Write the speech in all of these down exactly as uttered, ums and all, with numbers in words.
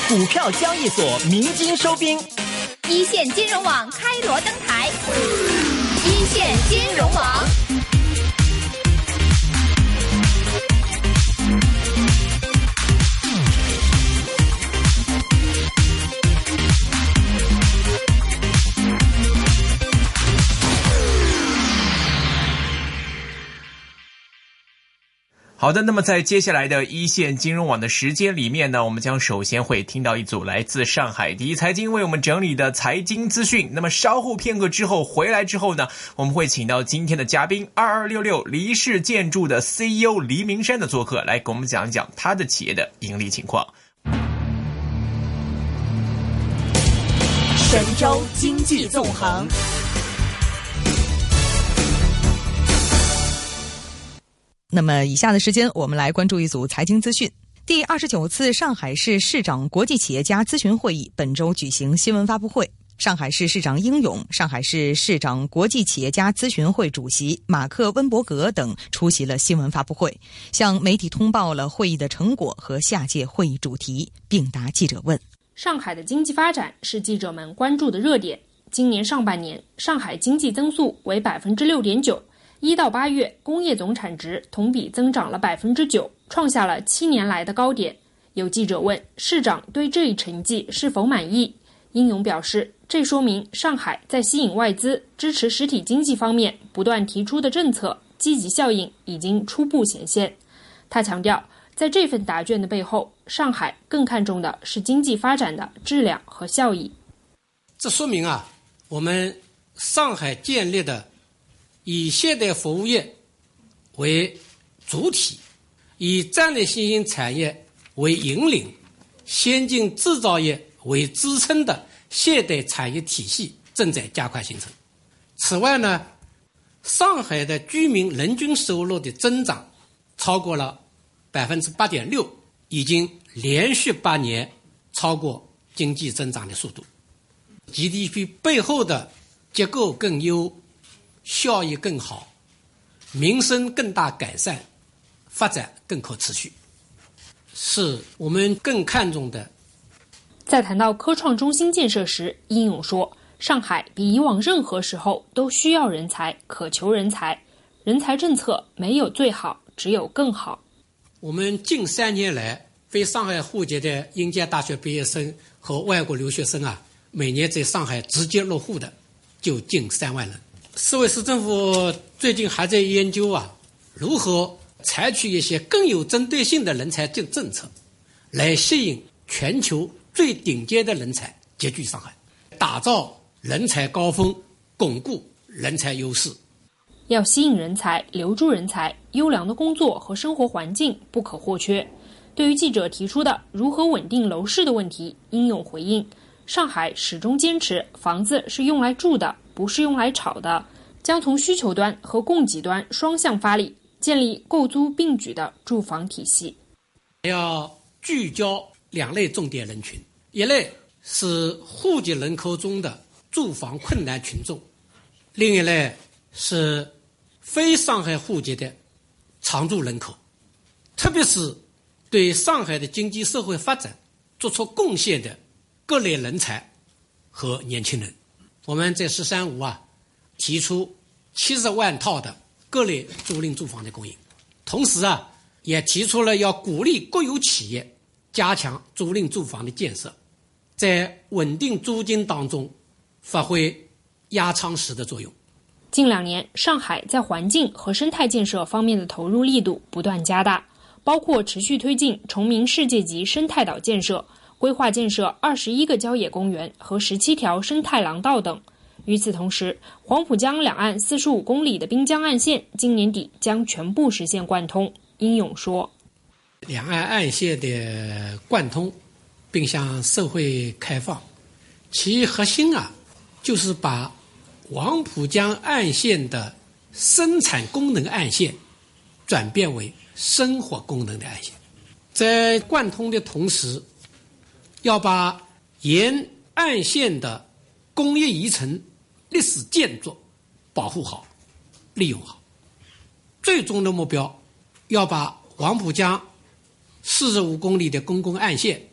股票交易所鸣金收兵， 一线金融网开锣登台，一线金融网。 好的，那么在接下来的一线金融网的时间里面呢，我们将首先会听到一组来自上海第一财经为我们整理的财经资讯。那么稍后片刻之后回来之后呢，我们会请到今天的嘉宾二二六六黎氏建筑的 C E O 黎明山的做客，来给我们讲一讲他的企业的盈利情况。 神州经济纵横。 那么以下的时间我们来关注一组财经资讯。第二十九次上海市市长国际企业家咨询会议本周举行新闻发布会，上海市市长英勇、上海市市长国际企业家咨询会主席马克温伯格等出席了新闻发布会，向媒体通报了会议的成果和下届会议主题，并答记者问。 上海的经济发展是记者们关注的热点。今年上半年，上海经济增速为 百分之六点九，一到八月，工业总产值同比增长了 百分之九， 创下了七年来的高点。有记者问市长对这一成绩是否满意，英勇表示，这说明上海在吸引外资、支持实体经济方面不断提出的政策积极效应已经初步显现。他强调，在这份答卷的背后，上海更看重的是经济发展的质量和效益。 这说明啊，我们上海建立的以现代服务业为主体，以战略新兴产业为引领，先进制造业为支撑的现代产业体系正在加快形成。此外呢，上海的居民人均收入的增长超过了 百分之八点六， 已经连续八年超过经济增长的速度。 G D P 背后的结构更优，效益更好，民生更大改善，发展更可持续，是我们更看重的。 在谈到科创中心建设时，英勇说，上海比以往任何时候都需要人才，渴求人才，人才政策没有最好，只有更好。 我们近三年来，非上海户籍的应届大学毕业生和外国留学生啊，每年在上海直接落户的就近三万人。市委市政府最近还在研究啊，如何采取一些更有针对性的人才政政策，来吸引全球最顶尖的人才集聚上海，打造人才高峰，巩固人才优势。 要吸引人才、留住人才，优良的工作和生活环境不可或缺。对于记者提出的如何稳定楼市的问题，英勇回应，上海始终坚持房子是用来住的，不是用来炒的，将从需求端和供给端双向发力，建立购租并举的住房体系。 要聚焦两类重点人群，一类是户籍人口中的住房困难群众，另一类是非上海户籍的常住人口，特别是对上海的经济社会发展做出贡献的各类人才和年轻人。我们在十三五啊提出七十万套的各类租赁住房的供应，同时啊也提出了要鼓励国有企业加强租赁住房的建设，在稳定租金当中发挥压舱石的作用。 近两年，上海在环境和生态建设方面的投入力度不断加大，包括持续推进崇明世界级生态岛建设，规划建设二十一个郊野公园和十七条生态廊道等。与此同时，黄浦江两岸四十五公里的滨江岸线今年底将全部实现贯通。英勇说， 两岸岸线的贯通并向社会开放，其核心啊就是把黄浦江岸线的生产功能岸线转变为生活功能的岸线。在贯通的同时，要把沿岸线的工业遗存、历史建筑保护好、利用好。最终的目标，要把黄浦江四十五公里的公共岸线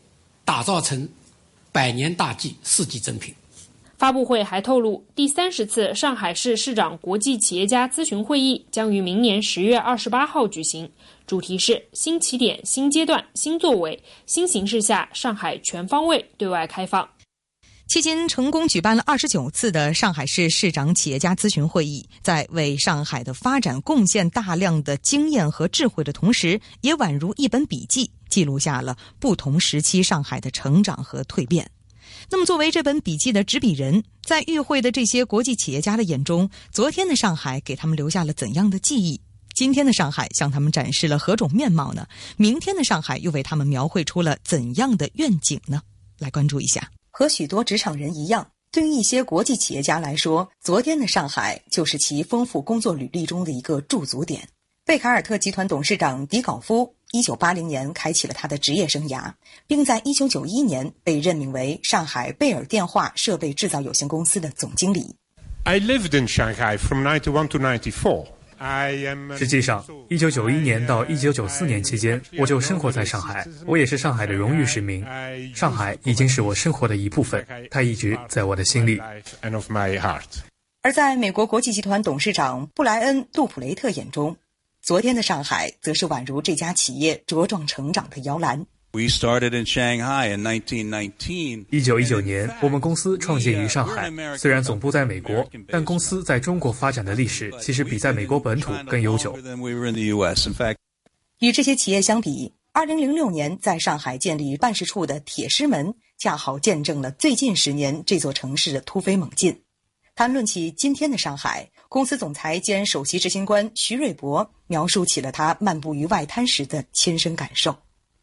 打造成百年大计、世纪珍品。 发布会还透露，第三十次上海市市长国际企业家咨询会议将于明年十月二十八号举行，主题是新起点、新阶段、新作为，新形势下上海全方位对外开放。 迄今成功举办了二十九次的上海市市长企业家咨询会议，在为上海的发展贡献大量的经验和智慧的同时，也宛如一本笔记，记录下了不同时期上海的成长和蜕变。那么作为这本笔记的执笔人，在与会的这些国际企业家的眼中，昨天的上海给他们留下了怎样的记忆？今天的上海向他们展示了何种面貌呢？明天的上海又为他们描绘出了怎样的愿景呢？来关注一下。和许多职场人一样，对于一些国际企业家来说，昨天的上海就是其丰富工作履历中的一个驻足点。贝卡尔特集团董事长迪稿夫一九八零年开启了他的职业生涯，并在一九九一年被任命为上海贝尔电话设备制造有限公司的总经理。 I lived in Shanghai from ninety-one to ninety-four. 实际上一九九一年到一九九四年期间，我就生活在上海，我也是上海的荣誉市民。上海已经是我生活的一部分，它一直在我的心里。 而在美国国际集团董事长布莱恩·杜普雷特眼中，昨天的上海则是宛如这家企业茁壮成长的摇篮。 We started in Shanghai in nineteen nineteen. 一九一九年，我们公司创建于上海。虽然总部在美国，但公司在中国发展的历史其实比在美国本土更悠久。 与这些企业相比，二零零六年在上海建立办事处的铁狮门，恰好见证了最近十年这座城市的突飞猛进。谈论起今天的上海，公司总裁兼首席执行官徐瑞博描述起了他漫步于外滩时的亲身感受。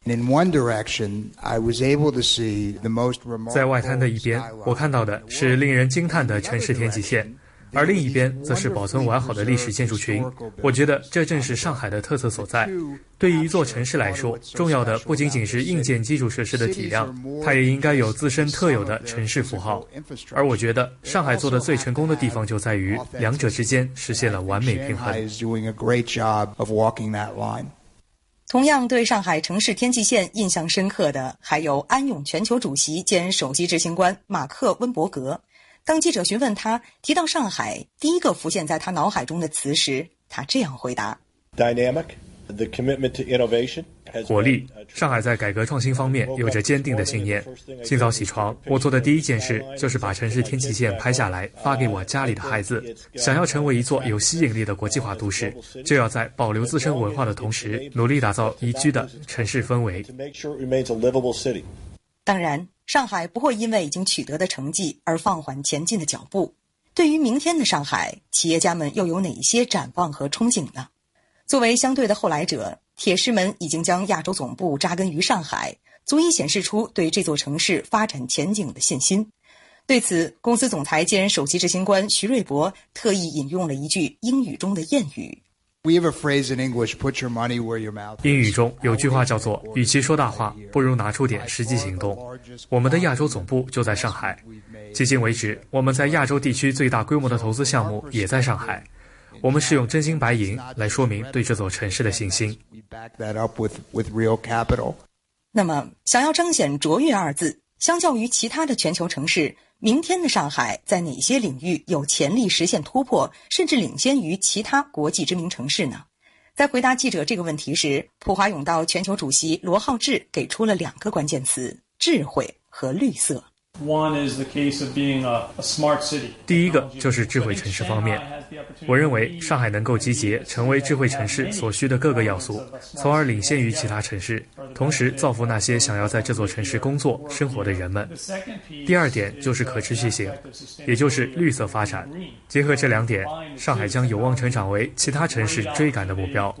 在外滩的一边，我看到的是令人惊叹的城市天际线，而另一边则是保存完好的历史建筑群。我觉得这正是上海的特色所在。对于一座城市来说，重要的不仅仅是硬件基础设施的体量，它也应该有自身特有的城市符号。而我觉得上海做的最成功的地方就在于两者之间实现了完美平衡。 同样对上海城市天际线印象深刻的还有安永全球主席兼首席执行官马克·温伯格。当记者询问他提到上海，第一个浮现在他脑海中的词时，他这样回答： Dynamic, the commitment to innovation. 活力。上海在改革创新方面有着坚定的信念。清早起床，我做的第一件事就是把城市天际线拍下来发给我家里的孩子。想要成为一座有吸引力的国际化都市，就要在保留自身文化的同时，努力打造宜居的城市氛围。 当然，上海不会因为已经取得的成绩而放缓前进的脚步。对于明天的上海，企业家们又有哪些展望和憧憬呢？作为相对的后来者，铁狮门已经将亚洲总部扎根于上海，足以显示出对这座城市发展前景的信心。对此，公司总裁兼首席执行官徐瑞博特意引用了一句英语中的谚语。 英语中有句话叫做，与其说大话，不如拿出点实际行动。我们的亚洲总部就在上海，迄今为止，我们在亚洲地区最大规模的投资项目也在上海。我们是用真金白银来说明对这座城市的信心。 那么，想要彰显卓越二字，相较于其他的全球城市，明天的上海在哪些领域有潜力实现突破，甚至领先于其他国际知名城市呢？在回答记者这个问题时，普华永道全球主席罗浩志给出了两个关键词：智慧和绿色。 第一个就是智慧城市方面，我认为上海能够集结成为智慧城市所需的各个要素，从而领先于其他城市，同时造福那些想要在这座城市工作生活的人们。第二点就是可持续性，也就是绿色发展。结合这两点，上海将有望成长为其他城市追赶的目标。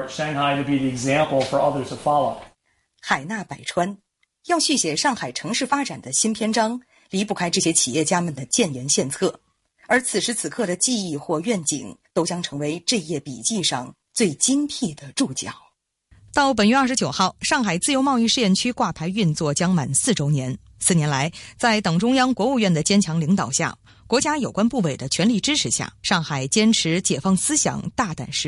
海纳百川，要续写上海城市发展的新篇章，离不开这些企业家们的建言献策，而此时此刻的记忆或愿景都将成为这页笔记上最精辟的注脚。到本月二十九号，上海自由贸易试验区挂牌运作将满四周年。四年来，在党中央、国务院的坚强领导下，国家有关部委的全力支持下，上海坚持解放思想、大胆实践，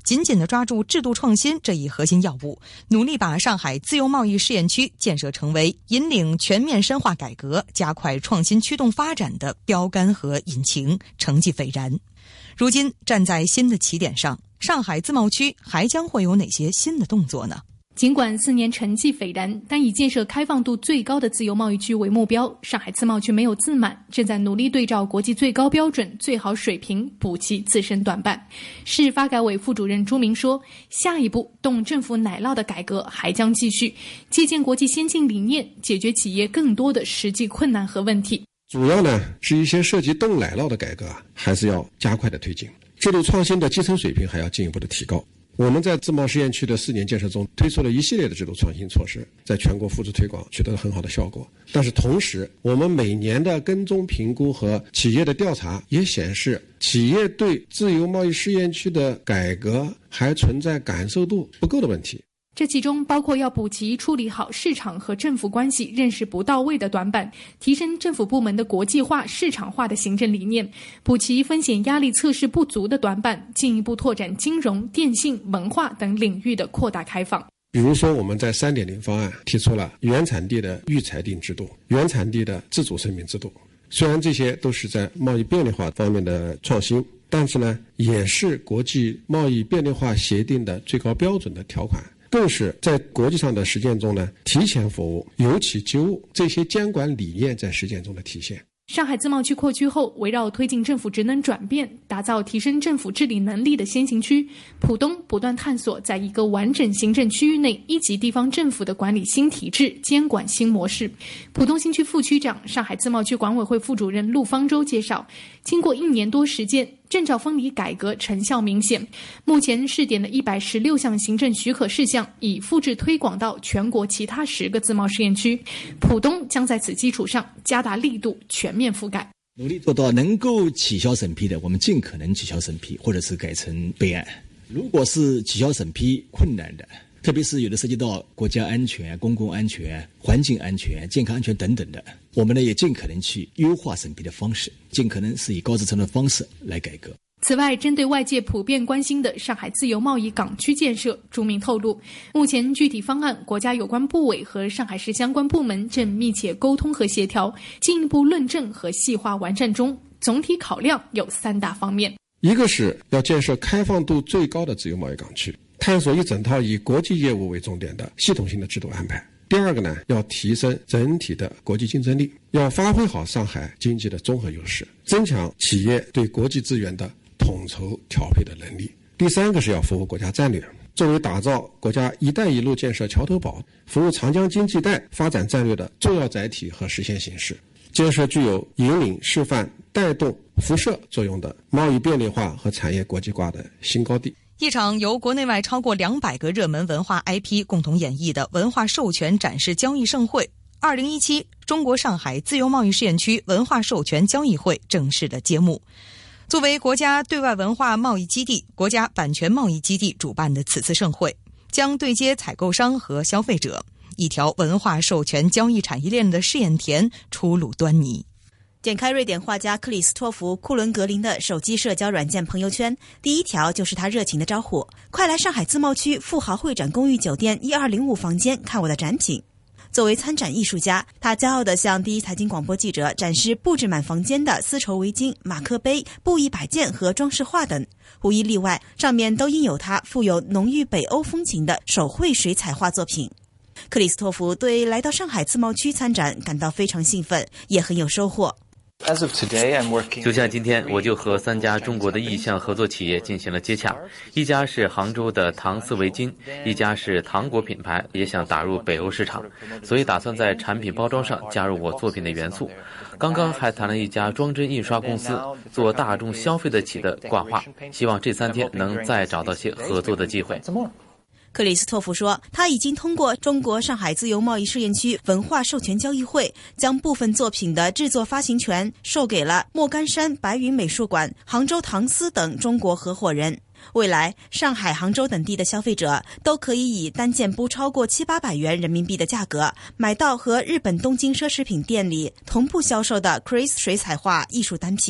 紧紧地抓住制度创新这一核心要务，努力把上海自由贸易试验区建设成为引领全面深化改革、加快创新驱动发展的标杆和引擎，成绩斐然。如今站在新的起点上，上海自贸区还将会有哪些新的动作呢？ 尽管四年成绩斐然，但以建设开放度最高的自由贸易区为目标，上海自贸区没有自满，正在努力对照国际最高标准、最好水平补齐自身短板。市发改委副主任朱明说，下一步动政府奶酪的改革还将继续，借鉴国际先进理念，解决企业更多的实际困难和问题。 主要呢是一些涉及动奶酪的改革啊，还是要加快的推进，制度创新的基层水平还要进一步的提高。我们在自贸试验区的四年建设中推出了一系列的制度创新措施，在全国复制推广取得了很好的效果。但是同时，我们每年的跟踪评估和企业的调查也显示，企业对自由贸易试验区的改革还存在感受度不够的问题。 这其中包括要补齐处理好市场和政府关系认识不到位的短板，提升政府部门的国际化、市场化的行政理念，补齐风险压力测试不足的短板，进一步拓展金融、电信、文化等领域的扩大开放。 比如说，我们在 三点零 方案提出了原产地的预裁定制度、原产地的自主声明制度。虽然这些都是在贸易便利化方面的创新，但是呢，也是国际贸易便利化协定的最高标准的条款。更是在国际上的实践中呢，提前服务、由起就务这些监管理念在实践中的体现。 上海自贸区扩区后，围绕推进政府职能转变，打造提升政府治理能力的先行区，浦东不断探索在一个完整行政区域内一级地方政府的管理新体制、监管新模式。浦东新区副区长、上海自贸区管委会副主任陆方舟介绍，经过一年多实践，证照分离改革成效明显。目前试点的一百十六项行政许可事项已复制推广到全国其他十个自贸试验区，浦东将在此基础上加大力度，全面覆盖。 努力做到能够取消审批的，我们尽可能取消审批，或者是改成备案。如果是取消审批困难的，特别是有的涉及到国家安全、公共安全、环境安全、健康安全等等的，我们呢也尽可能去优化审批的方式，尽可能是以高质量的方式来改革。 此外，针对外界普遍关心的上海自由贸易港区建设，朱明透露，目前具体方案国家有关部委和上海市相关部门正密切沟通和协调，进一步论证和细化完善中。总体考量有三大方面： 一个是要建设开放度最高的自由贸易港区，探索一整套以国际业务为重点的系统性的制度安排。第二个呢，要提升整体的国际竞争力，要发挥好上海经济的综合优势，增强企业对国际资源的统筹调配的能力。第三个是要服务国家战略，作为打造国家一带一路建设桥头堡、服务长江经济带发展战略的重要载体和实现形式，建设具有引领、示范、带动、辐射作用的贸易便利化和产业国际化的新高地。 一场由国内外超过两百个热门文化 I P 共同演绎的文化授权展示交易盛会二零一七中国上海自由贸易试验区文化授权交易会正式的揭幕。作为国家对外文化贸易基地、国家版权贸易基地主办的此次盛会，将对接采购商和消费者，一条文化授权交易产业链的试验田初露端倪。 点开瑞典画家克里斯托弗·库伦格林的手机社交软件朋友圈，第一条就是他热情的招呼：快来上海自贸区富豪会展公寓酒店一二零五房间看我的展品。作为参展艺术家，他骄傲地向第一财经广播记者展示布置满房间的丝绸围巾、马克杯、布艺摆件和装饰画等，无一例外，上面都印有他富有浓郁北欧风情的手绘水彩画作品。克里斯托弗对来到上海自贸区参展感到非常兴奋，也很有收获。 就像今天，我就和三家中国的意向合作企业进行了接洽，一家是杭州的唐丝围巾，一家是糖果品牌，也想打入北欧市场，所以打算在产品包装上加入我作品的元素。刚刚还谈了一家装帧印刷公司，做大众消费得起的挂画，希望这三天能再找到些合作的机会。 克里斯托弗说，他已经通过中国上海自由贸易试验区文化授权交易会，将部分作品的制作发行权授给了莫干山白云美术馆、杭州唐丝等中国合伙人。未来，上海、杭州等地的消费者都可以以单件不超过七八百元人民币的价格，买到和日本东京奢侈品店里同步销售的 Chris 水彩画艺术单品。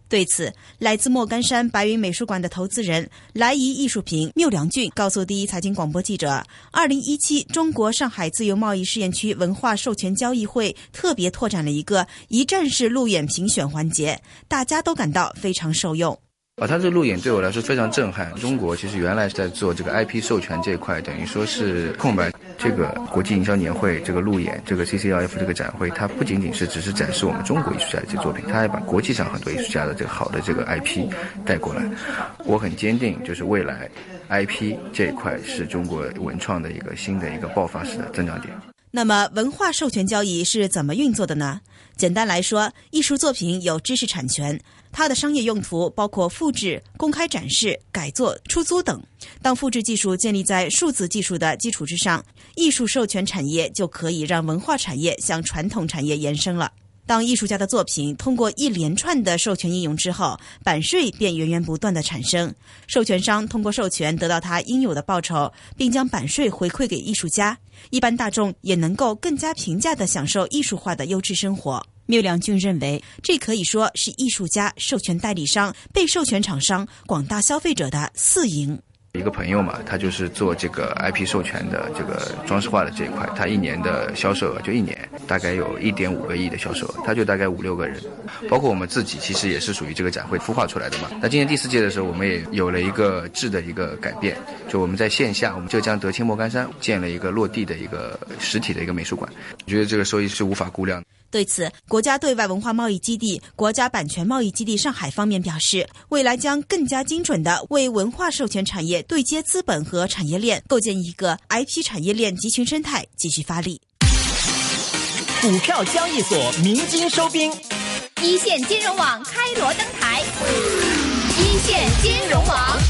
对此，来自莫干山白云美术馆的投资人来怡艺术品缪良俊告诉第一财经广播记者，二零一七中国上海自由贸易试验区文化授权交易会特别拓展了一个一站式路演评选环节，大家都感到非常受用。 啊，他这个路演对我来说非常震撼。中国其实原来是在做这个 I P 授权这一块，等于说是空白。这个国际营销年会，这个路演，这个 C C L F 这个展会，它不仅仅是只是展示我们中国艺术家的这些作品，它还把国际上很多艺术家的这个好的这个 I P 带过来。我很坚定，就是未来 I P 这一块是中国文创的一个新的一个爆发式的增长点。 那么文化授权交易是怎么运作的呢？简单来说，艺术作品有知识产权，它的商业用途包括复制、公开展示、改作、出租等。当复制技术建立在数字技术的基础之上，艺术授权产业就可以让文化产业向传统产业延伸了。当艺术家的作品通过一连串的授权应用之后，版税便源源不断的产生。授权商通过授权得到他应有的报酬，并将版税回馈给艺术家。一般大众也能够更加平价地享受艺术化的优质生活。缪良俊认为，这可以说是艺术家、授权代理商、被授权厂商、广大消费者的四赢。 一个朋友嘛，他就是做这个 I P 授权的这个装饰画的这一块，他一年的销售额就一年大概有一点五个亿的销售额，他就大概五六个人，包括我们自己其实也是属于这个展会孵化出来的嘛。那今年第四届的时候，我们也有了一个质的一个改变，就我们在线下，我们浙江德清莫干山建了一个落地的一个实体的一个美术馆，我觉得这个收益是无法估量的。 对此，国家对外文化贸易基地、国家版权贸易基地上海方面表示，未来将更加精准地为文化授权产业对接资本和产业链，构建一个 I P 产业链集群生态，继续发力。 股票交易所鸣金收兵， 一线金融网开锣登台，一线金融网。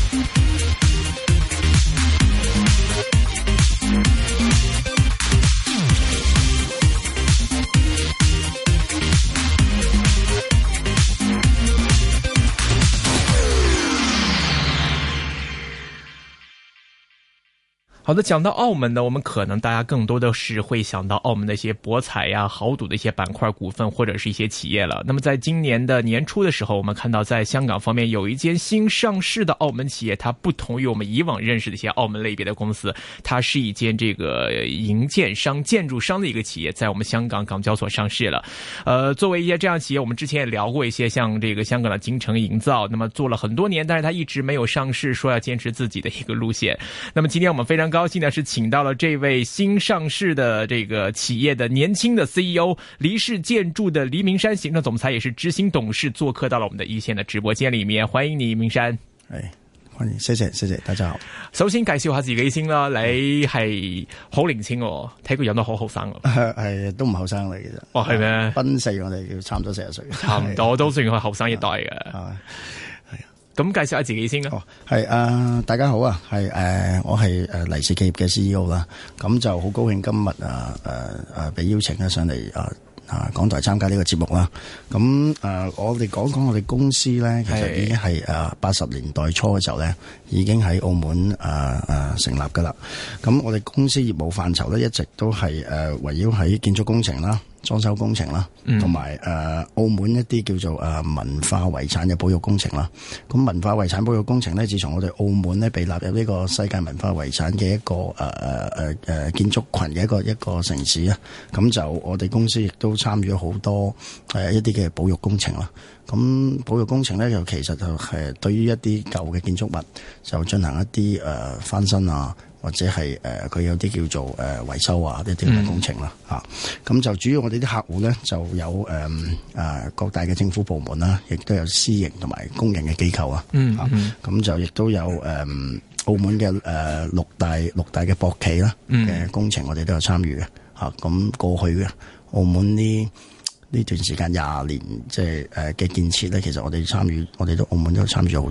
好的，讲到澳门呢，我们可能大家更多的是会想到澳门的一些博彩呀、豪赌的一些板块股份或者是一些企业了。那么在今年的年初的时候，我们看到在香港方面有一间新上市的澳门企业，它不同于我们以往认识的一些澳门类别的公司，它是一间这个营建商、建筑商的一个企业，在我们香港港交所上市了。呃，作为一些这样的企业，我们之前也聊过一些，像这个香港的金城营造，那么做了很多年，但是它一直没有上市，说要坚持自己的一个路线。那么今天我们非常高兴的是请到了这位新上市的这个企业的年轻的 C E O 黎氏建筑的黎明山行政总裁，也是执行董事，做客到了我们的一线的直播間裏面，歡迎你明山。 哎，歡迎，謝謝，謝謝大家好。 首先介紹下自己先啦，你係好年輕喎，睇個樣都好後生喎。 係都唔後生嚟其實。 哦，係咩？ 奔四我哋要差唔多四十歲。 差唔多都算係後生一代嘅。 係。 咁介紹下自己先啦。 哦，係啊、呃，大家好啊，係誒、呃，我係誒黎氏企業嘅 C E O 啦，咁就好高興今日啊誒誒被邀請咧上嚟啊啊港台參加呢個節目啦。咁誒、呃，我哋講講我哋公司咧，其實已經係誒八十年代初嘅時候咧，已經喺澳門誒誒、呃呃、成立噶啦。咁我哋公司業務範疇咧，一直都係誒、呃、圍繞喺建築工程啦、裝修工程啦，同埋誒澳門一啲叫做誒、呃、文化遺產嘅保育工程啦。咁文化遺產保育工程咧，自從我哋澳門咧被納入呢個世界文化遺產嘅一個誒誒誒誒建築群嘅一個一個城市啊，咁就我哋公司亦都參與好多誒、呃、一啲嘅保育工程啦。咁保育工程咧，就其實就係對於一啲舊嘅建築物就進行一啲誒、呃、翻新啊。或者係誒佢有啲叫做誒、呃、維修啊呢啲咁嘅工程啦嚇，咁、啊、就主要我哋啲客戶咧就有誒誒、呃、各大嘅政府部門啦，亦都有私營同埋公營嘅機構啊，嗯咁、嗯啊、就亦都有誒、呃、澳門嘅誒、呃、六大六大嘅博企啦嘅工程，我哋都有參與嘅嚇。咁、啊、過去嘅澳門呢呢段時間廿年即係誒嘅建設咧，其實我哋參與，我哋都澳門都參與咗好多嘅。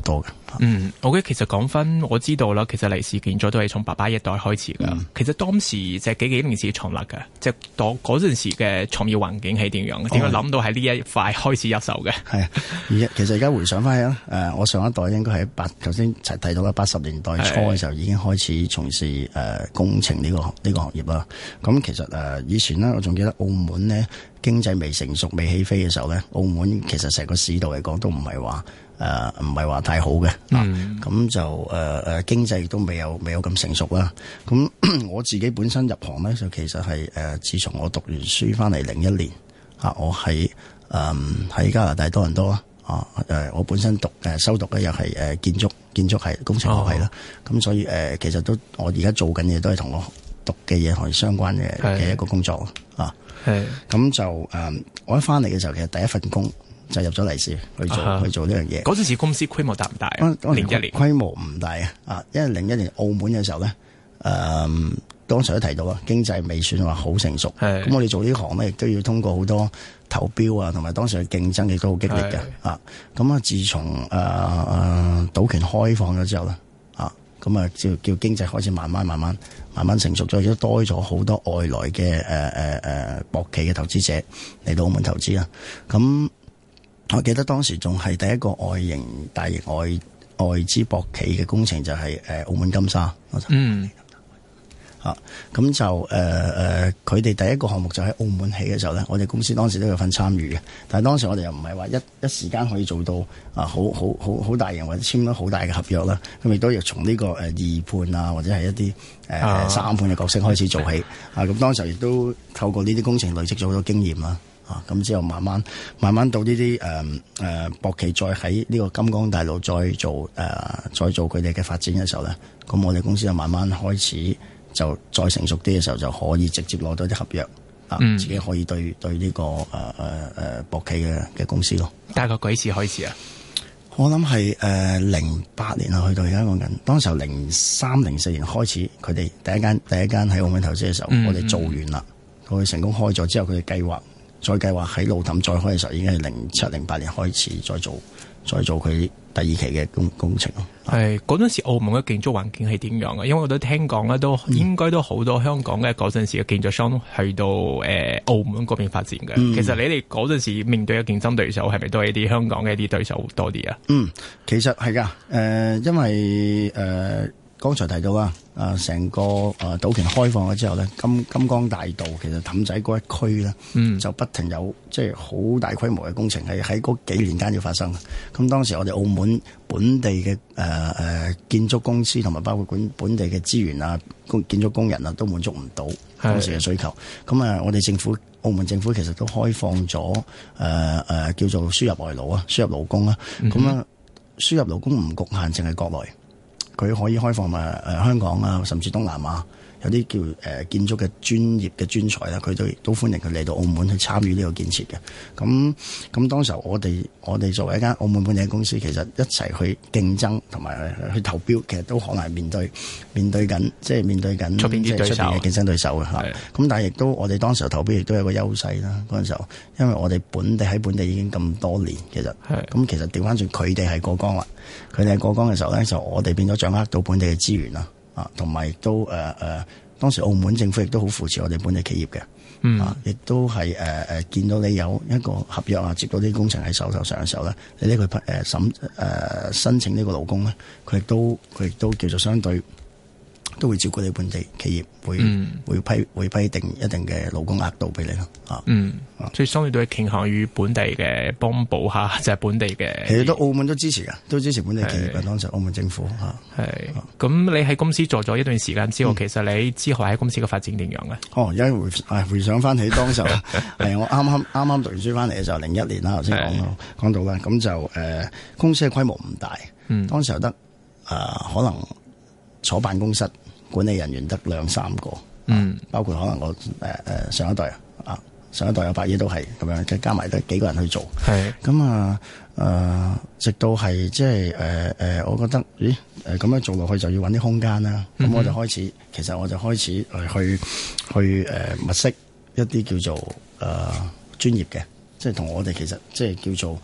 嗯，我覺得其實講翻我知道啦，其實黎氏建築都係從爸爸一代開始噶。嗯、其實當時即係幾幾年時創立嘅，即係當嗰陣時嘅創業環境係點樣嘅？點解諗到喺呢一塊開始入手嘅？係啊， 而其實而家回想翻去啦，誒，我上一代應該係八頭先提到啦，八十年代初嘅時候已經開始從事誒、呃、工程呢、這個呢、這個行業啦。咁其實誒、呃、以前呢，我仲記得澳門呢經濟未成熟、未起飛嘅時候咧，澳門其實成個市道嚟講都唔係話。誒唔係話太好嘅，咁、嗯啊、就誒誒、呃、經濟亦都未有未有咁成熟啦。咁我自己本身入行咧，就其實係誒、呃，自從我讀完書翻嚟零一年，啊，我喺誒喺加拿大多倫多啦，啊誒、呃，我本身讀誒、呃、修讀嘅又係誒建築建築系工程學系啦。咁、哦、所以誒、呃，其實都我而家做緊嘢都係同我讀嘅嘢係相關嘅嘅一個工作啊。係咁就誒、呃，我一翻嚟嘅時候，其實第一份工。就入咗黎氏去做、啊、去做呢樣嘢。嗰陣時公司規模大唔大？零一年規模唔大啊，因為零一年澳門嘅時候咧，誒、嗯，當時都提到啊，經濟未算話好成熟。咁我哋做呢行咧，亦都要通過好多投標啊，同埋當時嘅競爭亦都好激烈嘅啊。咁啊，自從誒誒賭權開放咗之後咧，啊，咁啊叫叫經濟開始慢慢慢慢慢慢成熟咗，亦都多咗好多外來嘅誒誒誒博企嘅投資者嚟到澳門投資啦。咁我記得當時仲係第一個外型大型外外資博企嘅工程就係、是、誒、呃、澳門金沙。嗯。嚇、啊，咁就誒誒，佢、呃、哋第一個項目就喺澳門起嘅時候咧，我哋公司當時都有份參與嘅。但係當時我哋又唔係話一一時間可以做到啊，好好好好大型或者簽咗好大嘅合約啦。咁亦都要從呢個誒二判啊，或者係一啲誒、呃啊、三判嘅角色開始做起。啊，咁當時亦都透過呢啲工程累積咗好多經驗啦。啊，咁之後慢慢慢慢到呢啲誒誒博企再喺呢個金光大道再做誒、呃、再做佢哋嘅發展嘅時候咧，咁我哋公司就慢慢開始就再成熟啲嘅時候就可以直接攞到啲合約啊，嗯、自己可以對對呢、這個誒誒誒博企嘅嘅公司咯。 大概幾時開始啊？ 我諗係誒零八年啊，去到而家講緊，當時候零三零四年開始，佢哋第一間第一間喺澳門投資嘅時候，嗯、我哋做完啦，佢成功開咗之後，佢哋計劃。再計劃喺路氹再開嘅時候，已經係零七零八年開始再做，再做佢第二期嘅工工程咯。 係嗰陣時澳門嘅建築環境係點樣嘅？因為我都聽講咧，都應該都好多香港嘅嗰陣時嘅建築商去到誒、呃、澳門嗰邊發展嘅。嗯、其實你哋嗰陣時面對嘅競爭對手係咪都係啲香港嘅一啲對手多啲啊？嗯， 其實係噶，誒、呃，因為誒。呃剛才提到啦，誒成個誒賭權開放咗之後咧，金金光大道其實氹仔嗰一區咧，嗯、就不停有即係好大規模嘅工程係喺嗰幾年間要發生。咁當時我哋澳門本地嘅誒誒建築公司同埋包括本本地嘅資源啊，工建築工人啊，都滿足唔到當時嘅需求。咁啊，我哋政府澳門政府其實都開放咗誒誒叫做輸入外勞啊，輸入勞工啊。咁啊、嗯哼，輸入勞工唔局限淨係國內。佢可以開放埋誒香港啊，甚至東南亞有啲叫誒、呃、建築嘅專業嘅專才啦，佢都都歡迎佢嚟到澳門去參與呢個建設嘅。咁咁當時候我哋我哋作為一間澳門本地嘅公司，其實一齊去競爭同埋去投標，其實都可能係面對面對緊，即係面對緊出邊啲對手嘅競爭對手嘅嚇。咁但係亦都我哋當時候投標亦都有個優勢啦。嗰陣時候，因為我哋本地喺本地已經咁多年，其實咁其實調翻轉佢哋係過江啦。佢哋喺過江嘅時候咧，就我哋變咗掌握到本地嘅資源啦，啊，同埋亦都誒誒、呃呃，當時澳門政府亦都好扶持我哋本地企業嘅，嗯、啊，亦都係誒誒，見到你有一個合約啊，接到啲工程喺手頭上嘅時候咧，你呢個誒審誒申請呢個勞工咧，佢亦都佢亦都叫做相對。都會照顧你本地企業，會、嗯、會批會批定一定嘅勞工額度俾你咯。啊，嗯， 所以相對都係傾向於本地嘅幫補下，就係、是、本地嘅。 其實都澳門都支持噶，都支持本地企業嘅。當時澳門政府嚇係。咁你喺公司做咗一段時間之後，嗯、其實你之後喺公司嘅發展點樣嘅？ 哦，而家回誒回想翻起當時候係我啱啱啱啱讀完書翻嚟嘅時候，零一年啦，頭先講到講到啦，咁就誒、呃、公司嘅規模唔大，嗯、當時候得誒、呃、可能坐辦公室。管理人員得兩三個，嗯，包括可能我誒誒、呃、上一代啊，上一代有伯爺都係咁樣，加埋得幾個人去做，係咁啊誒，直到係即係誒誒，我覺得咦誒咁樣做落去就要揾啲空間啦，咁、嗯、哼我就開始，其實我就開始誒去去誒、呃、物色一啲叫做誒專、呃、業嘅，即係同我哋其實即係叫做。誒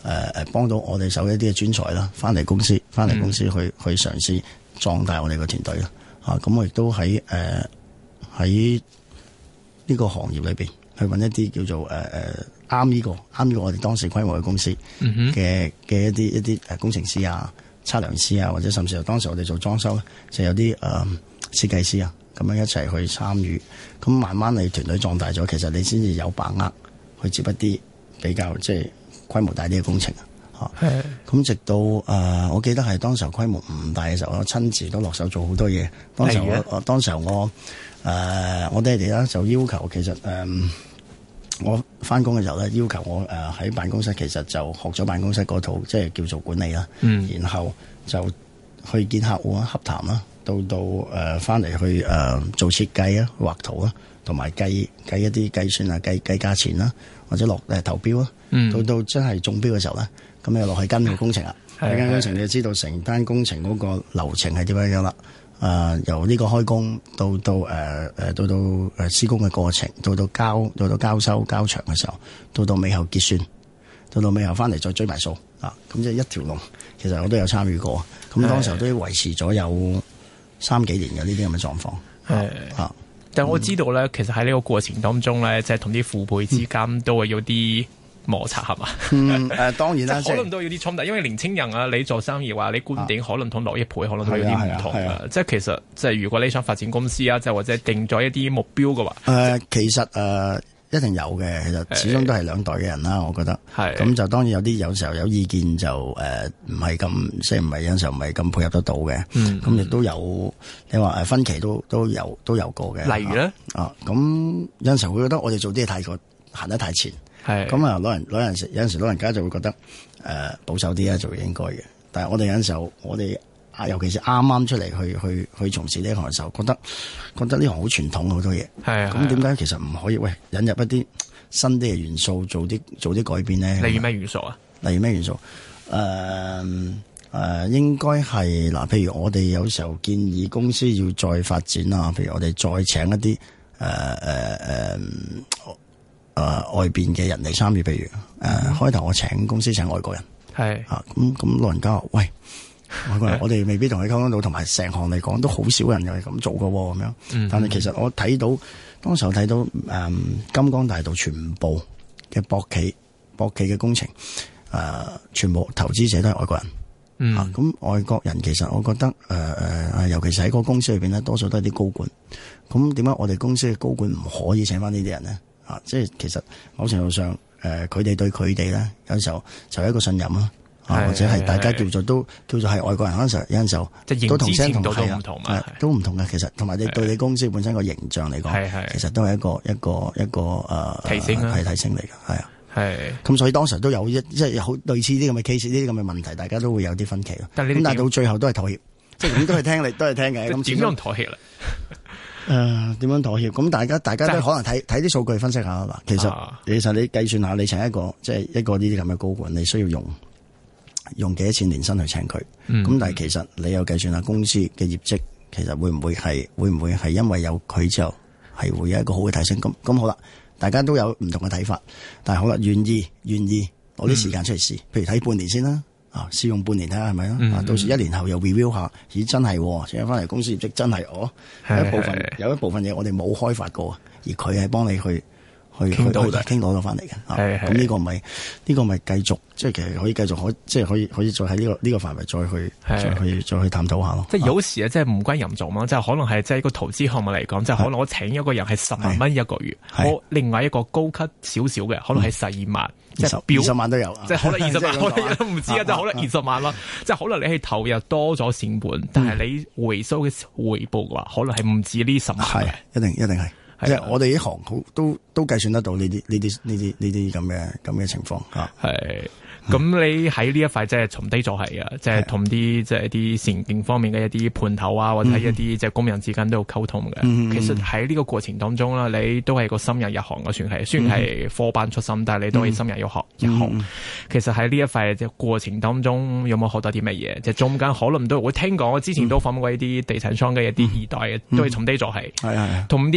誒誒幫到我哋手一啲嘅專才啦，翻嚟公司，翻嚟公司去、嗯、去嘗試壯大我哋個團隊啦。啊，咁我亦都喺誒喺呢個行業裏邊去揾一啲叫做誒誒啱呢個啱呢個我哋當時規模嘅公司嘅嘅一啲一啲誒工程師啊、測量師啊，或者甚至係當時我哋做裝修咧，就有啲誒、呃、設計師啊，咁樣一齊去參與。咁慢慢你團隊壯大咗，其實你先至有把握去接一啲比較即係規模大啲嘅工程啊。係。咁直到誒、呃，我記得係當時候規模唔大嘅時候，我親自都落手做好多嘢。當時我，我當時候我誒、呃，我爹哋咧就要求，其實誒、呃，我翻工嘅時候咧，要求我誒喺、呃、辦公室，其實就學咗辦公室嗰套，即係叫做管理啦。嗯。然後就去見客戶啊，洽談啦，到到誒翻嚟去誒、呃、做設計啊，畫圖啊，同埋計計一啲計算啊，計計價錢啦，或者落誒投標啊。嗯。到到真係中標嘅時候咧。咁你落去跟個工程啦，跟工程你就知道成單工程嗰個流程係點樣樣啦。誒、呃，由呢個開工到到誒誒到到誒施工嘅過程，到到交到到交收交場嘅時候，到到尾後結算，到到尾後翻嚟再追埋數啊！咁即係一條龍，其實我都有參與過。咁當時候都維持咗有三幾年嘅呢啲咁嘅狀況。係啊， 但係我知道咧、嗯，其實喺呢個過程當中咧，即係同啲父輩之間都會有啲摩擦係嘛？ 嗯誒、呃，當然啦， 可能都有啲衝突，因為年青人啊，你做生意話，你觀點可能同老一輩可能都有啲唔同嘅、啊啊啊。即係其實即係如果你想發展公司啊，即係或者定咗一啲目標嘅話，誒、 呃，其實誒、呃、一定有嘅。其實始終都係兩代嘅人啦，我覺得係。咁就當然有啲有時候有意見就誒唔係咁，即係唔係有時候唔係咁配合得到嘅。咁、嗯、亦都有你話誒分歧都都有都有過嘅。 例如咧啊，咁有陣時候會覺得我哋做啲嘢太過行得太前。係咁啊！老人老人時有陣時老人家就會覺得誒、呃、保守啲啊，做應該嘅。但係我哋有陣時候，我哋啊，尤其是啱啱出嚟去去去從事呢一行嘅時候，覺得覺得呢行好傳統好多嘢。係咁點解其實唔可以喂引入一啲新啲嘅元素，做啲做啲改變咧？ 例如咩元素啊？ 例如咩元素？誒、呃、誒、呃，應該係嗱，譬如我哋有時候建議公司要再發展啊，譬如我哋再請一啲誒誒誒。呃呃誒、呃，外邊嘅人嚟參與，譬如誒、呃，開頭我請公司請外國人，係啊，咁咁老人家話喂，外國人我哋未必同佢溝通到，同埋成行嚟講都好少人係咁做噶，咁樣、嗯。但係其實我睇到，當時我睇到誒、呃，金光大道全部嘅博企、博企嘅工程，誒、呃，全部投資者都係外國人。嗯，啊，咁外國人其實我覺得誒誒、呃，尤其是喺個公司裏邊咧，多數都係啲高管。咁點解我哋公司嘅高管唔可以請翻呢啲人咧？啊，即係其實某程度上，誒、呃，佢哋對佢哋咧，有時候就係一個信任啦，啊，或者係大家叫做都叫做係外國人嗰陣時候，有陣時候都同聲同氣啊，都唔同嘅。其實同埋你對你公司本身個形象嚟講，其實都係一個一個一個誒、呃、提升係提升嚟嘅，係啊，係。咁所以當時都有一即係好類似啲咁嘅 case，呢啲咁嘅問題，大家都會有啲分歧咯。咁但係到最後都係妥協，即係咁都係聽你都係聽嘅。咁點樣妥協啦？誒、呃，點樣妥協？咁大家大家都可能睇睇啲數據分析下啦。其實、啊、其實你計算下，你請一個即係一個呢啲咁嘅高管，你需要用用幾多錢年薪去請佢？咁、嗯、但係其實你又計算下公司嘅業績，其實會唔會係會唔會係因為有佢之後係會有一個好嘅提升？咁咁好啦，大家都有唔同嘅睇法，但係好啦，願意願意攞啲時間出嚟試，譬如睇半年先啦。啊，試用半年睇下係咪啦？啊，到時一年後又 review 下，咦，真係請翻嚟公司業績真係哦，有一部分有一部分嘢我哋冇開發過，而佢係幫你去去傾到傾到咗翻嚟嘅。係係，咁呢個咪呢個咪繼續，即係其實可以繼續可即係可以可以再喺呢個呢個範圍再去再去再去探討下咯。 即係有時啊，即係唔關人做嘛，即係可能係即係一個投資項目嚟講，即係可能我請一個人係十萬蚊一個月，我另外一個高級少少嘅可能係十二萬。即係二十萬都有，即係可能二十萬，可能都唔知啊，即係可能二十萬咯。即係可能你係投入多咗成本，嗯、但係你回收嘅回報嘅話，可能係唔止呢十萬。係，一定一定係。即係我哋呢行好都都計算得到呢啲呢啲呢啲呢啲咁嘅咁嘅情況嚇。係。咁你喺呢一塊即係從低做起啊，即係同啲即係啲前景方面嘅一啲盤頭啊，或者係一啲即係工人之間都有溝通嘅、嗯。其實喺呢個過程當中啦，你都係個深入入行嘅，算係雖然係科班出身，但係你都係深入入學入行。嗯、其實喺呢一塊即係過程當中，有冇學到啲乜嘢？即係中間可能都會聽講，我之前都訪問過一啲地產商嘅一啲二代嘅、嗯，都係從低做起。係係同啲工人之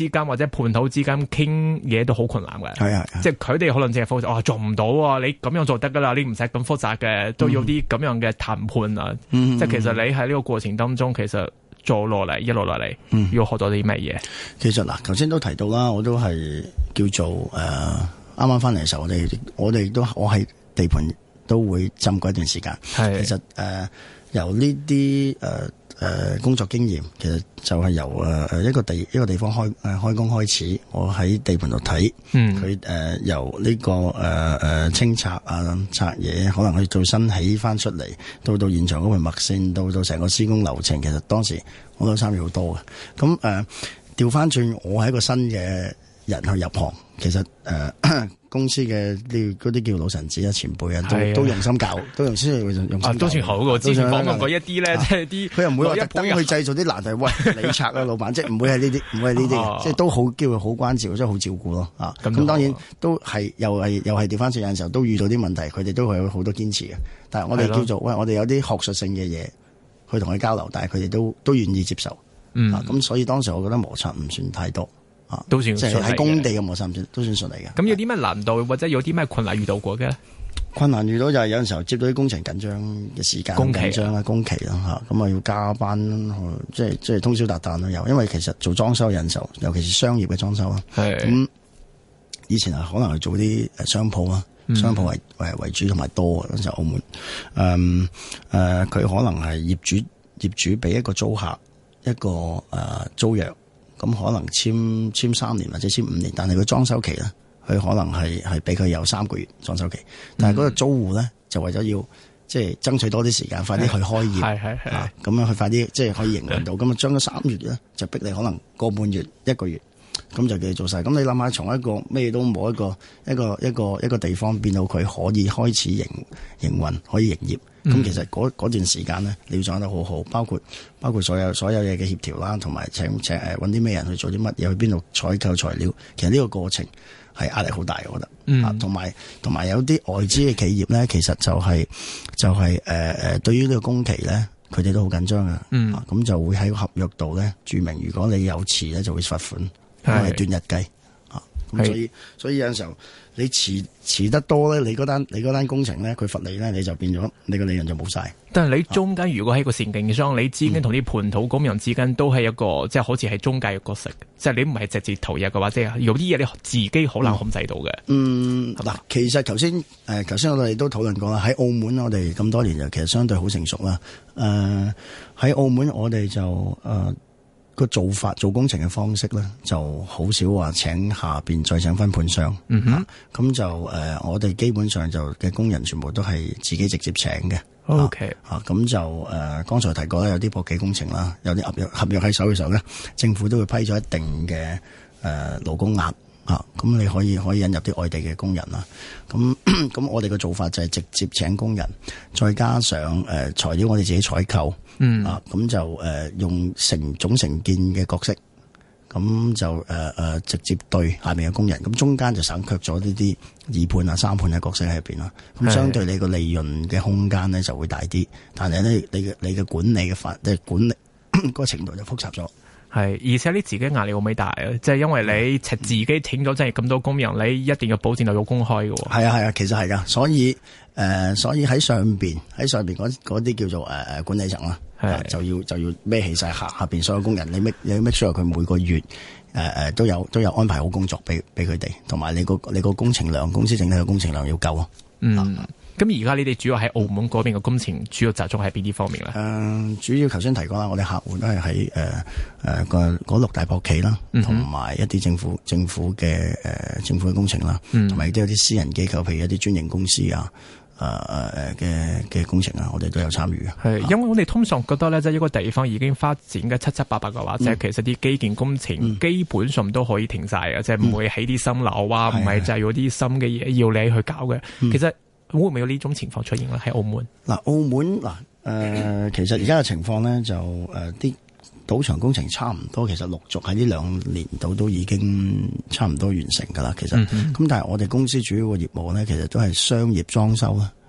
之間或者盤頭之間傾嘢都好困難嘅。 係啊， 即係佢哋可能淨係複雜，哦做唔到啊，你咁樣做得噶啦，你唔使咁複雜嘅，都有啲咁樣嘅談判啊。嗯、即係其實你喺呢個過程當中，其實做落嚟一路落嚟，嗯、要學到啲咩嘢？其實嗱，頭先都提到啦，我都係叫做誒，啱啱翻嚟嘅時候，我哋我哋都我喺地盤都會浸過一段時間。係其實誒、呃、由呢啲誒。誒、呃、工作經驗其實就係由誒誒一個地一個地方開誒、呃、開工開始，我喺地盤度睇，佢誒、呃、由呢、這個誒誒、呃、清拆啊拆嘢，可能去做新起翻出嚟，到到現場嗰盤墨線，到到成個施工流程，其實當時我都參與好多嘅。咁誒調翻轉，我係一個新嘅人去入行，其實誒。呃公司嘅啲嗰啲叫老臣子啊、前輩啊，都都用心教，都用先用心教。啊，都算好嘅。之前訪問過一啲咧，即係啲佢又唔會話特登去製造啲難題。喂，你拆啊，老闆，即係唔會係呢啲，唔會係呢啲嘅，即係都好機會好關照，即係好照顧咯。啊，咁當然都係又係又係調翻轉，有陣時候都遇到啲問題，佢哋都係有好多堅持嘅。但係我哋叫做喂，我哋有啲學術性嘅嘢去同佢交流，但係佢哋都都願意接受。嗯，咁所以當時我覺得摩擦唔算太多。都算即係喺工地嘅摩擦都算順利嘅。咁有啲咩難度或者有啲咩困難遇到過嘅？困難遇到就係有陣時候接到啲工程緊張嘅時間，緊張啦，工期啦嚇，咁啊要加班，即係即係通宵達旦都有。因為其實做裝修有陣時候，尤其是商業嘅裝修啦，咁以前啊可能係做啲誒商鋪啦，嗯、商鋪為為為主同埋多嗰陣時候澳門，誒、嗯、誒，佢、呃、可能係業主業主俾一個租客一個誒、呃、租約。咁可能簽簽三年或者簽五年，但係佢裝修期咧，佢可能係係俾佢有三個月裝修期。但係嗰個租戶咧就為咗要即係爭取多啲時間，快啲去開業，係係係咁樣去快啲即係可以營運到。咁啊將咗三月咧就逼你可能個半月一個月，咁就叫你做晒。咁你諗下，從一個咩都冇一個一個一個一個地方變到佢可以開始營營運，可以營業。咁、嗯、其實嗰段時間咧，你要掌握得好好，包括包括所有所有嘢嘅協調啦，同埋請請誒揾啲咩人去做啲乜嘢，去邊度採購材料。其實呢個過程係壓力好大，我覺得。嗯。啊，同埋同埋有啲外資嘅企業咧，其實就係、是、就係誒誒，對於呢個工期咧，佢哋都好緊張嘅。嗯。咁、啊、就會喺合約度咧註明，如果你有遲咧，就會罰款，因為係斷日計。啊。咁所以所以有陣時候。你遲遲得多咧，你嗰單你嗰單工程咧，佢罰你咧，你就變咗你個利潤就冇晒。但係你中間如果係個承建商，你之間同啲盤土工人之間都係一個、嗯、即係好似係中介嘅角色，即係你唔係直接投入嘅話，即係有啲嘢你自己好難控制到嘅。嗯，嗱，其實頭先誒頭先我哋都討論過啦，喺澳門我哋咁多年就其實相對好成熟啦。誒、呃、喺澳門我哋就誒。呃個做法做工程嘅方式咧，就好少話請下邊再請分判商。嗯哼，咁、啊、就誒、呃，我哋基本上就嘅工人全部都係自己直接請嘅。O K，啊，咁、啊、就誒，剛、呃、才提過咧，有啲博企工程啦，有啲合約合約喺手嘅時候咧，政府都會批咗一定嘅誒勞工額啊，咁你可以可以引入啲外地嘅工人啦。咁咁我哋嘅做法就係直接請工人，再加上誒、呃、材料我哋自己採購。嗯啊，咁就誒、呃、用成總承建嘅角色，咁就誒誒、呃、直接對下面嘅工人，咁中間就省卻咗呢啲二判啊三判嘅角色喺入邊啦。咁相對你個利潤嘅空間咧就會大啲，但係咧你嘅你嘅管理嘅法即係管理嗰個程度就複雜咗。係，而且你自己壓力會唔會大啊？即係因為你自己請咗真係咁多工人，你一定要保證到有公開嘅。係啊係啊，其實係噶，所以誒、呃，所以喺上邊喺上邊嗰嗰啲叫做誒誒、呃、管理層啦，係就要就要孭起晒下下邊所有工人，你 make 你 make sure 佢每個月誒誒、呃、都有都有安排好工作俾俾佢哋，同埋你個你個工程量，公司整體嘅工程量要夠咯。嗯。啊咁而家你哋主要喺澳門嗰邊嘅工程，主要集中喺邊啲方面咧？誒、呃，主要頭先提過啦，我哋客戶都係喺誒誒個嗰六大博企啦，同埋一啲政府政府嘅誒、呃、政府嘅工程啦，同埋亦都有啲私人機構，譬如一啲專營公司啊，誒誒誒嘅嘅工程啊，我哋都有參與嘅。係，因為我哋通常覺得咧，即係一個地方已經發展嘅七七八八嘅話，即、嗯、係其實啲基建工程基本上都可以停晒嘅、嗯，即係唔會起啲新樓啊，唔係就係有啲新嘅嘢要你去搞嘅、嗯。其實會唔會有呢種情況出現咧？喺澳門嗱，澳門嗱，誒、呃，其實而家嘅情況咧就誒，啲賭場工程差唔多，其實陸續喺呢兩年度都已經差唔多完成噶啦。其實，咁、嗯、但係我哋公司主要嘅業務咧，其實都係商業裝修啦，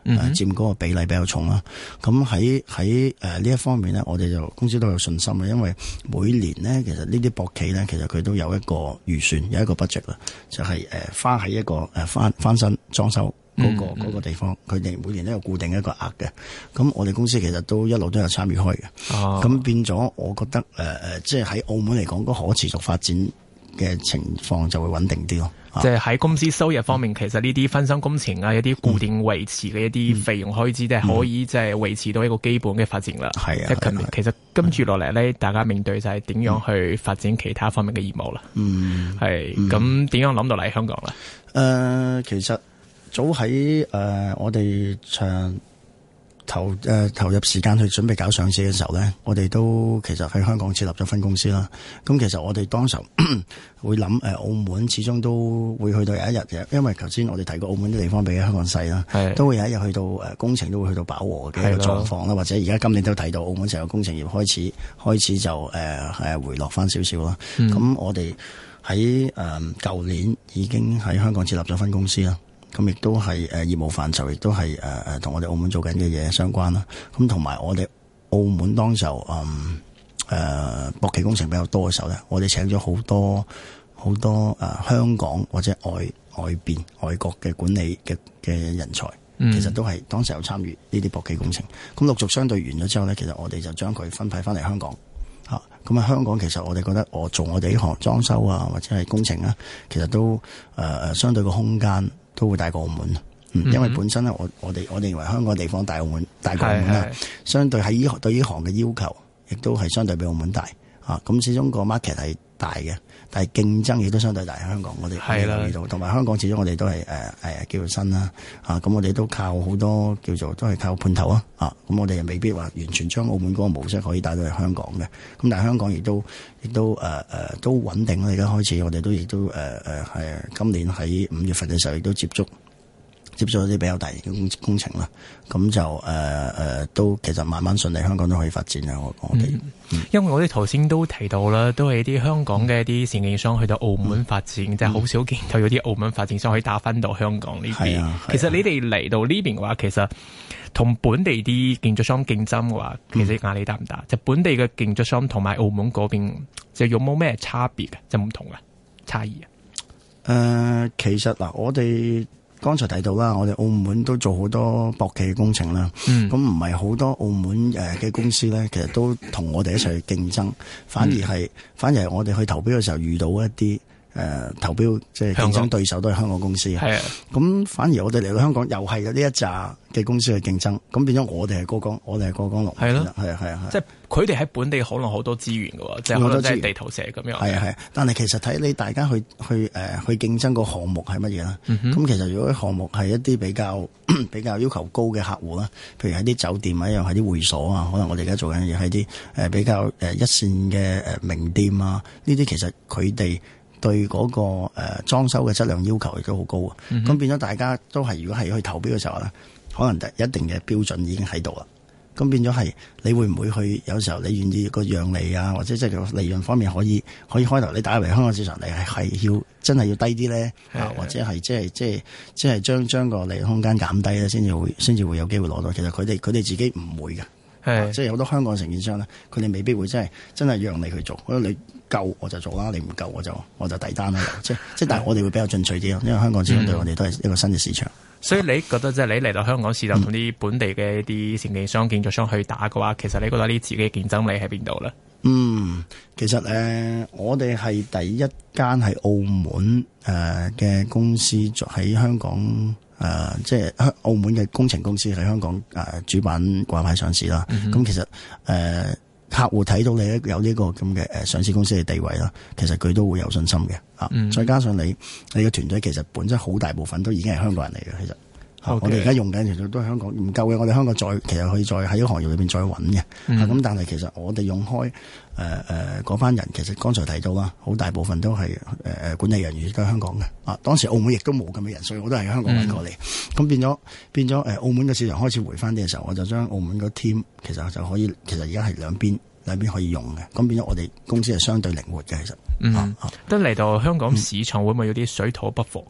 誒佔嗰個比例比較重啦。咁喺喺誒呢一方面咧，我哋就公司都有信心嘅，因為每年咧其實呢啲博企咧其實佢都有一個預算，有一個 budget 啦，就係、是、誒花喺一個誒翻翻新裝修嗰、那個嗰、嗯、個地方，佢哋每年都有固定一個額嘅。咁我哋公司其實都一路都有參與開嘅。哦，咁變咗，我覺得誒誒、呃，即係喺澳門嚟講，嗰可持續發展嘅情況就會穩定啲咯。 即係喺公司收入方面，嗯、其實呢啲分新工程啊，一啲固定維持嘅一啲費用開支，都係、嗯、可以即係維持到一個基本嘅發展啦。係啊，即係其實跟住落嚟咧，大家面對就係點樣去發展其他方面嘅業務啦。嗯，係咁點樣諗到嚟香港咧？誒、 呃，其實早喺誒、呃、我哋長。投誒、呃、投入時間去準備搞上市嘅時候咧，我哋都其實喺香港設立咗分公司啦。咁其實我哋當時候會諗誒、呃、澳門始終都會去到有一日嘅，因為頭先我哋提過澳門啲地方比香港細啦，都會有一日去到誒、呃、工程都會去到飽和嘅一個狀況啦。或者而家今年都睇到澳門成個工程業開始開始就誒誒、呃、回落翻少少啦。咁、嗯、我哋喺誒舊年已經喺香港設立咗分公司啦。咁亦都係誒業務範疇，亦都係誒誒同我哋澳門做緊嘅嘢相關啦。咁同埋我哋澳門當時候嗯誒、呃、博企工程比較多嘅時候咧，我哋請咗好多好多誒、呃、香港或者外外邊外國嘅管理嘅嘅人才，其實都係當時有參與呢啲博企工程。咁陸續相對完咗之後咧，其實我哋就將佢分派翻嚟香港嚇。咁啊香港其實我哋覺得我做我哋呢行裝修啊或者係工程啊，其實都誒誒、呃、相對個空間都會大過澳門，嗯，因為本身咧，我我哋我哋認為香港地方大澳門大過澳門啦，相對喺依對依行嘅要求，亦都係相對比澳門大啊。咁始終個 market 係大嘅，但係競爭亦都相對大喺香港。我哋係留意到，同埋香港始終我哋都係誒誒叫做新啦啊。咁我哋都靠好多叫做都係靠判頭啊啊。咁我哋又未必話完全將澳門嗰個模式可以帶到嚟香港嘅。咁但係香港亦都亦都誒誒、呃、都穩定啦。而家開始我哋都亦都誒誒係今年喺五月份嘅時候亦都接觸接觸一啲比較大型嘅工工程啦。咁就誒誒、呃、都其實慢慢順利，香港都可以發展嘅。我我哋、嗯、因為我哋頭先都提到啦，都係啲香港嘅一啲承建商去到澳門發展，嗯、即係好少見到有啲澳門發展商可以打翻到香港呢邊。啊啊、其實你哋嚟到呢邊嘅話，其實同本地啲建築商競爭嘅話，其實壓力大唔大？嗯、就本地嘅建築商同埋澳門嗰邊，就有冇咩差別嘅？就唔同嘅差異啊？誒、呃，其實嗱，我哋剛才提到啦，我哋澳門都做好多博企嘅工程啦。咁唔係好多澳門誒嘅公司咧，其實都同我哋一齊去競爭，反而係、嗯、反而係我哋去投標嘅時候遇到一啲。誒、呃，投標即係競爭對手都係香港公司嘅，係啊。咁反而我哋嚟到香港又係有呢一紮嘅公司去競爭，咁變咗我哋係過江，我哋係過江龍。係咯，係啊，係啊，即係佢哋喺本地可能好多資源嘅，即係好多即係地頭蛇咁樣。係啊係，但係其實睇你大家去去誒、呃、去競爭個項目係乜嘢啦？咁、嗯、其實如果項目係一啲比較比較要求高嘅客戶啦，譬如喺啲酒店啊，又係啲會所啊，可能我哋而家做緊嘢係啲誒比較誒一線嘅誒名店啊，呢啲其實佢哋對嗰、那個誒、呃、裝修嘅質量要求亦都好高啊！咁、嗯、變咗大家都係，如果係去投標嘅時候咧，可能一定嘅標準已經喺度啦。咁變咗係，你會唔會去？有時候你願意個讓利啊，或者即係個利潤方面可以可以開頭你打入嚟香港市場，你係係要真係要低啲咧，啊或者係即係即係即係將將個利潤空間減低咧，先至會先至會有機會攞到。其實佢哋佢哋自己唔會嘅。係，即係好多香港承建商咧，佢哋未必會真係真係讓你去做。如果你夠我就做啦，你唔夠我就我就遞單啦。即係即係，但係我哋會比較進取啲咯，因為香港始終對我哋都係一個新嘅市場。嗯、所以你覺得即係你嚟到香港市場同啲本地嘅一啲承建商、建築商去打嘅話，其實你覺得你自己嘅競爭力喺邊度咧？嗯，其實誒、呃，我哋係第一間喺澳門誒嘅、呃、公司，喺香港。誒、呃，即係香澳門嘅工程公司喺香港誒、呃、主板掛牌上市啦。咁、嗯、哼其實誒、呃、客戶睇到你有呢個咁嘅誒上市公司嘅地位啦，其實佢都會有信心嘅。啊，嗯、再加上你你嘅團隊其實本身好大部分都已經係香港人嚟嘅，其實。Okay. 我哋而家用緊其實都係香港唔夠嘅，我哋香港再其實可以再喺個行業裏邊再揾嘅。咁、嗯、但係其實我哋用開誒誒嗰班人，其實剛才提到啦，好大部分都係誒誒管理人員都係香港嘅。啊，當時澳門亦都冇咁嘅人，所以我都係香港揾過嚟。咁、嗯、變咗變咗誒，澳門嘅市場開始回翻啲嘅時候，我就將澳門個 team 其實就可以，其實而家係兩邊兩邊可以用嘅。咁變咗我哋公司係相對靈活嘅，其實。嗯。啊、嗯，得嚟到香港市場會唔會有啲水土不服？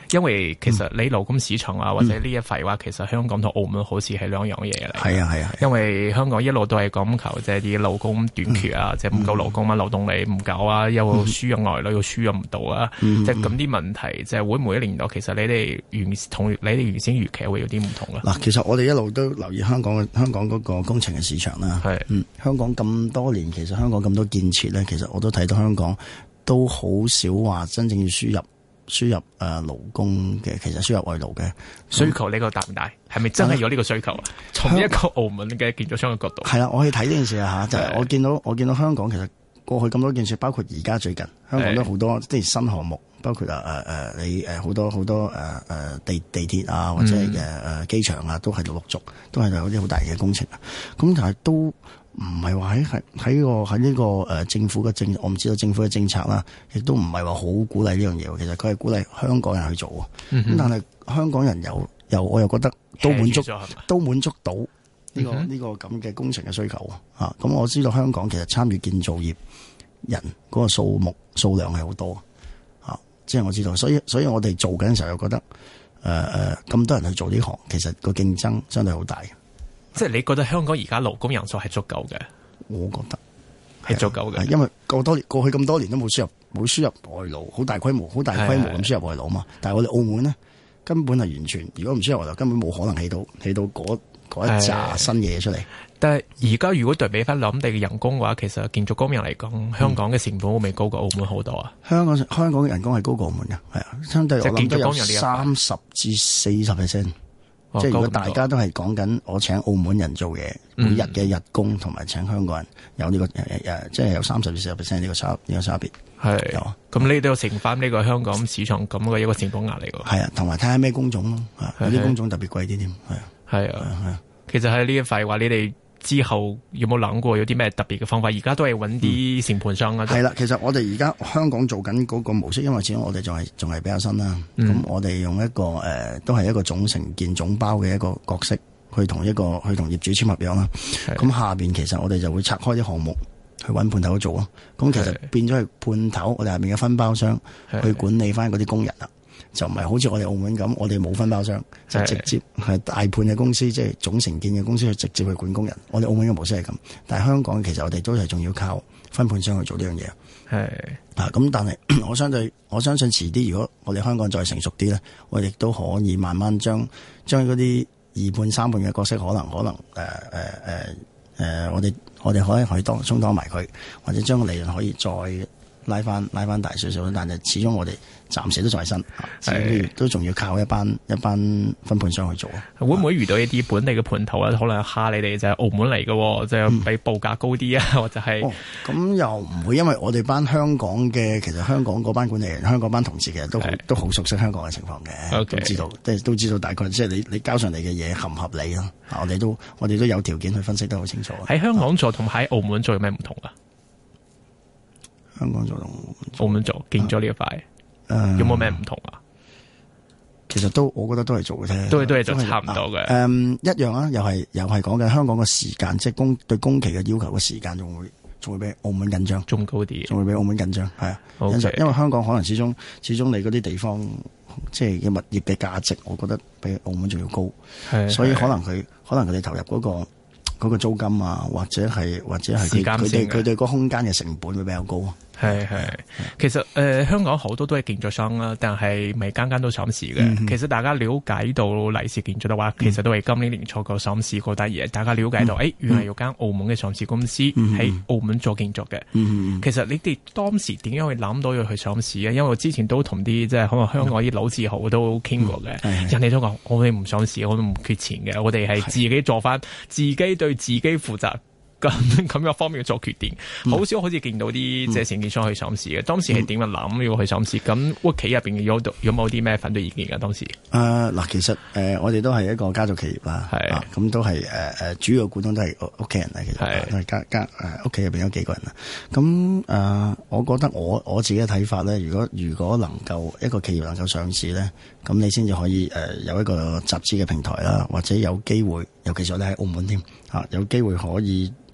因為其實你勞工市場啊，或者呢一塊話，其實香港同澳門好似係兩樣嘢嚟。 係啊係啊， 因為香港一路都係講求即係啲勞工短缺啊，即係唔夠勞工啊，勞動力唔夠啊，又輸入外勞又輸入唔到啊，即係咁啲問題，即係會唔會令到其實你哋原同你哋原先預期會有啲唔同啊？ 嗱，其實我哋一路都留意香港嘅香港嗰個工程嘅市場啦。係，嗯，香港咁多年，其實香港咁多建設咧，其實我都睇到香港都好少話真正要輸入。輸入誒勞工嘅，其實輸入外勞嘅需求呢個大唔大？係咪真係有呢個需求啊？從一個澳門嘅建築商嘅角度， 係啦，我去睇呢件事啊嚇，就係、是、我見到我見到香港其實過去咁多件事，包括而家最近香港都好多即係新項目，包括啊誒誒你誒好多好多誒誒地地鐵啊，或者係誒誒機場啊，都係陸續都係有啲好大嘅工程啊。咁但係都唔係話喺係喺個喺呢個誒政府嘅政，我唔知道政府嘅政策啦，亦都唔係話好鼓勵呢樣嘢。其實佢係鼓勵香港人去做啊。咁、嗯、但係香港人又又我又覺得都滿足都滿足到呢、這個呢、嗯、個咁嘅工程嘅需求啊。咁我知道香港其實參與建造業人嗰個數目數量係好多啊。即係我知道，所以所以我哋做緊嘅時候又覺得誒誒咁多人去做呢行，其實個競爭相對好大。 即係你覺得香港而家勞工人數係足夠嘅？ 我覺得係足夠嘅， 因為過多年過去咁多年都冇輸入冇輸入外勞，好大規模好大規模咁輸入外勞嘛。但係我哋澳門咧根本係完全，如果唔輸入外勞，根本冇可能起到起到嗰嗰一紮新嘢出嚟。 但係而家如果對比翻兩地嘅人工嘅話，其實建築工人嚟講，香港嘅成本會唔會高過澳門好多啊？ 香港香港嘅人工係高過澳門嘅，係啊，相對我諗都有三十至四十 percent。即係如果大家都係講緊我請澳門人做嘢，每日嘅日工同埋請香港人有呢、這個誒誒，即係有三十至四十 percent 呢個差呢、這個差別。係， 咁你都要承翻呢個香港市場咁嘅一個成本壓力㗎。 係啊，同埋睇下咩工種咯，有啲工種特別貴啲添。係啊， 係啊，係啊。其實喺呢一塊話，你哋之後有冇諗過有啲咩特別嘅方法？而家都係揾啲承盤商啊。係、 嗯、啦，其實我哋而家香港做緊嗰個模式，因為始終我哋仲係仲係比較新啦。咁、嗯、我哋用一個誒、呃，都係一個總承建總包嘅一個角色，去同一個去同業主簽合約啦。咁下邊其實我哋就會拆開啲項目去揾判頭去做咯。咁其實變咗係判頭，我哋下邊嘅分包商去管理翻嗰啲工人啦。就唔係好似我哋澳門咁，我哋冇分包商，就直接係大判嘅公司，即係總承建嘅公司去直接去管工人。我哋澳門嘅模式係咁，但係香港其實我哋都係仲要靠分判商去做呢樣嘢。係啊，咁但係我相對我相信遲啲，如果我哋香港再成熟啲咧，我哋都可以慢慢將將嗰啲二判三判嘅角色，可能可能誒誒誒誒，我哋我哋可以可以當充當埋佢，或者將個利潤可以再拉翻拉翻大少少，但係始終我哋暫時都在身，都仲要靠一班一班分判商去做。 會唔會遇到一啲本地嘅盤頭啊？可能蝦你哋就係澳門嚟嘅，就係比報價高啲啊，或者係咁、哦、又唔會，因為我哋班香港嘅其實香港嗰班管理人、香港班同事其實都好都好熟悉香港嘅情況嘅，都知道即係都知道大概即係你你交上嚟嘅嘢合唔合理咯。我哋都我哋都有條件去分析得好清楚。 喺香港做同喺澳門做有咩唔同啊？ 香港做同澳門做建咗呢一塊。有冇咩唔同啊？ 其實都，我覺得都係做嘅啫， 都係都係做差唔多嘅。誒、 嗯，一樣啊，又係又係講緊香港嘅時間，即係工對工期嘅要求嘅時間，仲會仲會比澳門緊張， 仲高啲， 仲會比澳門緊張，係啊。 Okay. 因為香港可能始終始終你嗰啲地方，即係嘅物業嘅價值，我覺得比澳門仲要高，所以可能佢可能佢哋投入嗰、嗰個。嗰個租金啊，或者係或者係佢哋佢哋個空間嘅成本會比較高啊。 係係，其實誒、呃、香港好多都係建築商啦，但係未間間都上市嘅、嗯。其實大家了解到利是建築嘅話，其實都係今年年初個上市嗰單嘢。大家了解到，誒、嗯欸、原來有間澳門嘅上市公司喺澳門做建築嘅、嗯。其實你哋當時點樣去諗到要去上市啊？因為我之前都同啲即係可能香港啲老字號都傾過嘅、嗯，人哋都講我哋唔上市，我都唔缺錢嘅，我哋係自己做翻，自己對自己負責。咁咁樣方面做決定，好、嗯、少好似見到啲即係承建商去上市嘅、嗯。當時係點樣諗要去上市？咁屋企入邊有有冇啲咩反對意見㗎？當時誒嗱、呃，其實誒、呃、我哋都係一個家族企業啦，係咁、啊、都係誒誒主要股東都係屋企人嚟，其實係家家誒屋企入邊有幾個人啦。咁誒、呃，我覺得我我自己嘅睇法咧，如果如果能夠一個企業能夠上市咧，咁你先至可以誒、呃、有一個集資嘅平台啦，或者有機會，尤其是我哋喺澳門添嚇、啊，有機會可以。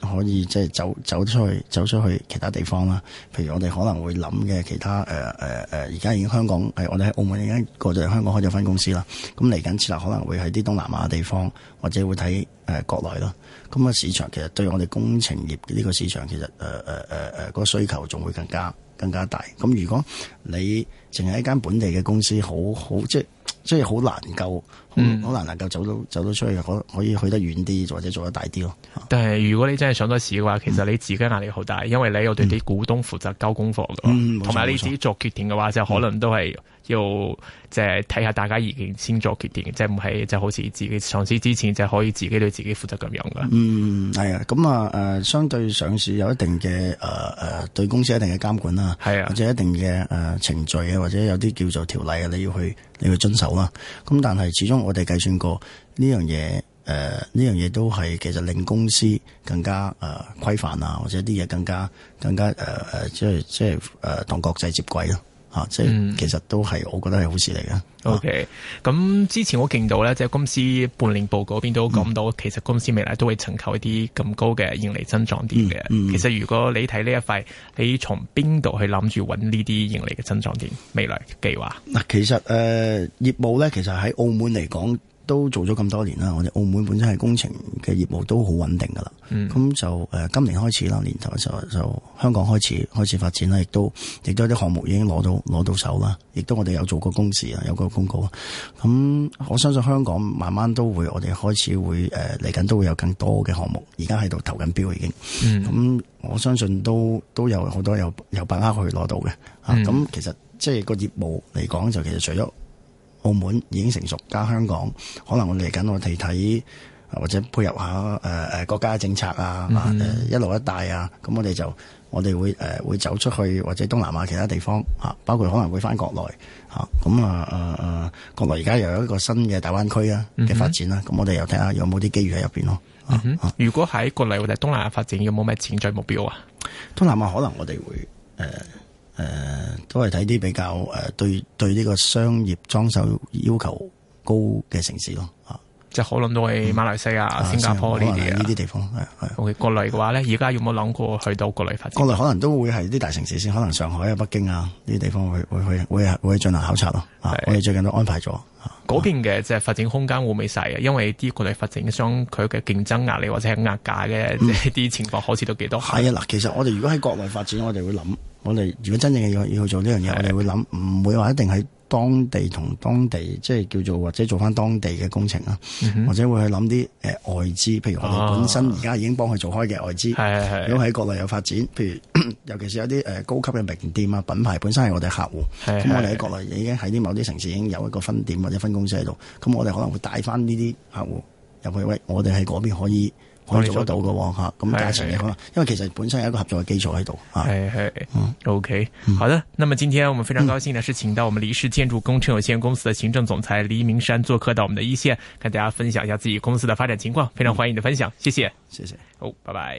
可以即係走走出去走出去其他地方啦。譬如我哋可能會諗嘅其他誒誒誒，而、呃、家已經香港係我哋喺澳門已經過咗嚟香港開咗分公司啦。咁嚟緊設立可能會喺啲東南亞地方，或者會睇誒、呃、國內咯。咁啊市場其實對我哋工程業呢個市場其實誒誒誒誒個需求仲會更加更加大。咁如果你淨係一間本地嘅公司，好好即係即係好難夠，好、嗯、難能夠走到走到出去，可可以去得遠啲，或者做得大啲咯。 但係如果你真係上咗市嘅話，其實你自己壓力好大，因為你要對啲股東負責交功課嘅，同、嗯、埋你自己做決定嘅話，就可能都係要即係睇下大家意見先做決定，即係唔係就好似自己上市之前就可以自己對自己負責咁樣嘅。 嗯，係啊，咁啊誒，相對上市有一定嘅誒誒對公司一定嘅監管啦，係啊，或者一定嘅誒、呃、程序啊，或者有啲叫做條例啊，你要去你要遵守啦。咁但係始終我哋計算過呢樣嘢。誒、呃，呢樣嘢都係其實令公司更加誒、呃、規範啊，或者啲嘢更加更加誒誒、呃，即係即係誒同國際接軌咯，吓、啊，即係、嗯、其實都係我覺得係好事嚟嘅。 O K， 咁之前我見到咧，即係公司半年報嗰邊都講到、嗯，其實公司未來都會尋求一啲咁高嘅盈利增長點嘅、嗯嗯。其實如果你睇呢一塊，你從邊度去諗住揾呢啲盈利嘅增長點？未來計劃嗱，其實誒、呃、業務咧，其實喺澳門嚟講，都做咗咁多年啦，我哋澳門本身係工程嘅業務都好穩定噶啦。咁、嗯、就誒、呃、今年開始啦，年頭就就香港開始開始發展啦，亦都亦都有啲項目已經攞到攞到手啦，亦都我哋有做過公示啊，有個公告啊。咁我相信香港慢慢都會，我哋開始會誒嚟緊都會有更多嘅項目，而家喺度投緊標已經。咁、嗯、我相信都都有好多有有把握去攞到嘅。嗯、啊，咁其實即係個業務嚟講，就其實除咗澳門已經成熟，加香港可能我嚟緊我哋睇或者配合下誒誒、呃、國家嘅政策啊，誒、嗯呃、一路一帶啊，咁我哋就我哋會誒、呃、會走出去或者東南亞其他地方嚇、啊，包括可能會翻國內嚇，咁啊誒誒國內而家又有一個新嘅大灣區啊嘅發展啦，咁、嗯、我哋又睇下有冇啲機遇喺入邊咯。啊嗯啊、如果喺國內或者東南亞發展，有冇咩潛在目標啊？ 東南亞可能我哋會誒。呃誒、呃，都係睇啲比較誒、呃，對對呢個商業裝修要求高嘅城市咯，啊， 即係可能都係馬來西亞、嗯、新加坡呢啲呢啲地方係係。 OK，國內嘅話咧，而家有冇諗過去到國內發展？ 國內可能都會係啲大城市先，可能上海啊、北京啊呢啲地方會會去會會去進行考察咯。啊，我哋最近都安排咗。 嗰邊嘅即係發展空間會唔會細啊？因為啲國內發展商佢嘅競爭壓力或者係壓價嘅啲情況，好似都幾多。 係啊，嗱，其實我哋如果喺國內發展，我哋會諗，我哋如果真正要要去做呢樣嘢，我哋會諗，唔會話一定喺當地同當地，即係叫做或者做翻當地嘅工程啊、嗯，或者會去諗啲誒外資，譬如我哋本身而家已經幫佢做開嘅外資。係、啊、如果喺國內有發展，譬如尤其是有啲誒高級嘅名店啊，品牌本身係我哋客戶，咁我哋喺國內已經喺啲某啲城市已經有一個分店或者分公司喺度，咁我哋可能會帶翻呢啲客戶入去，喂，我哋喺嗰邊可以。可以做得到嘅喎嚇，咁價錢嘅可能，因為其實本身有一個合作嘅基礎喺度啊。係係，嗯 ，OK，、嗯、好的。那麼今天我們非常高興呢，是請到我們黎氏建築工程有限公司的行政總裁黎明山做客到我們的一線，跟大家分享一下自己公司的發展情況。非常歡迎你的分享，謝謝， 謝謝。 好，拜拜。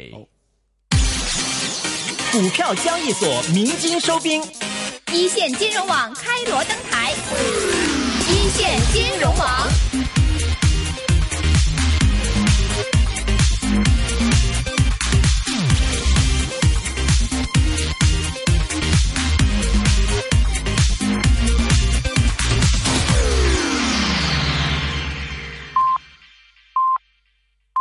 股票交易所鳴金收兵， 一線金融網開鑼登台，一線金融網。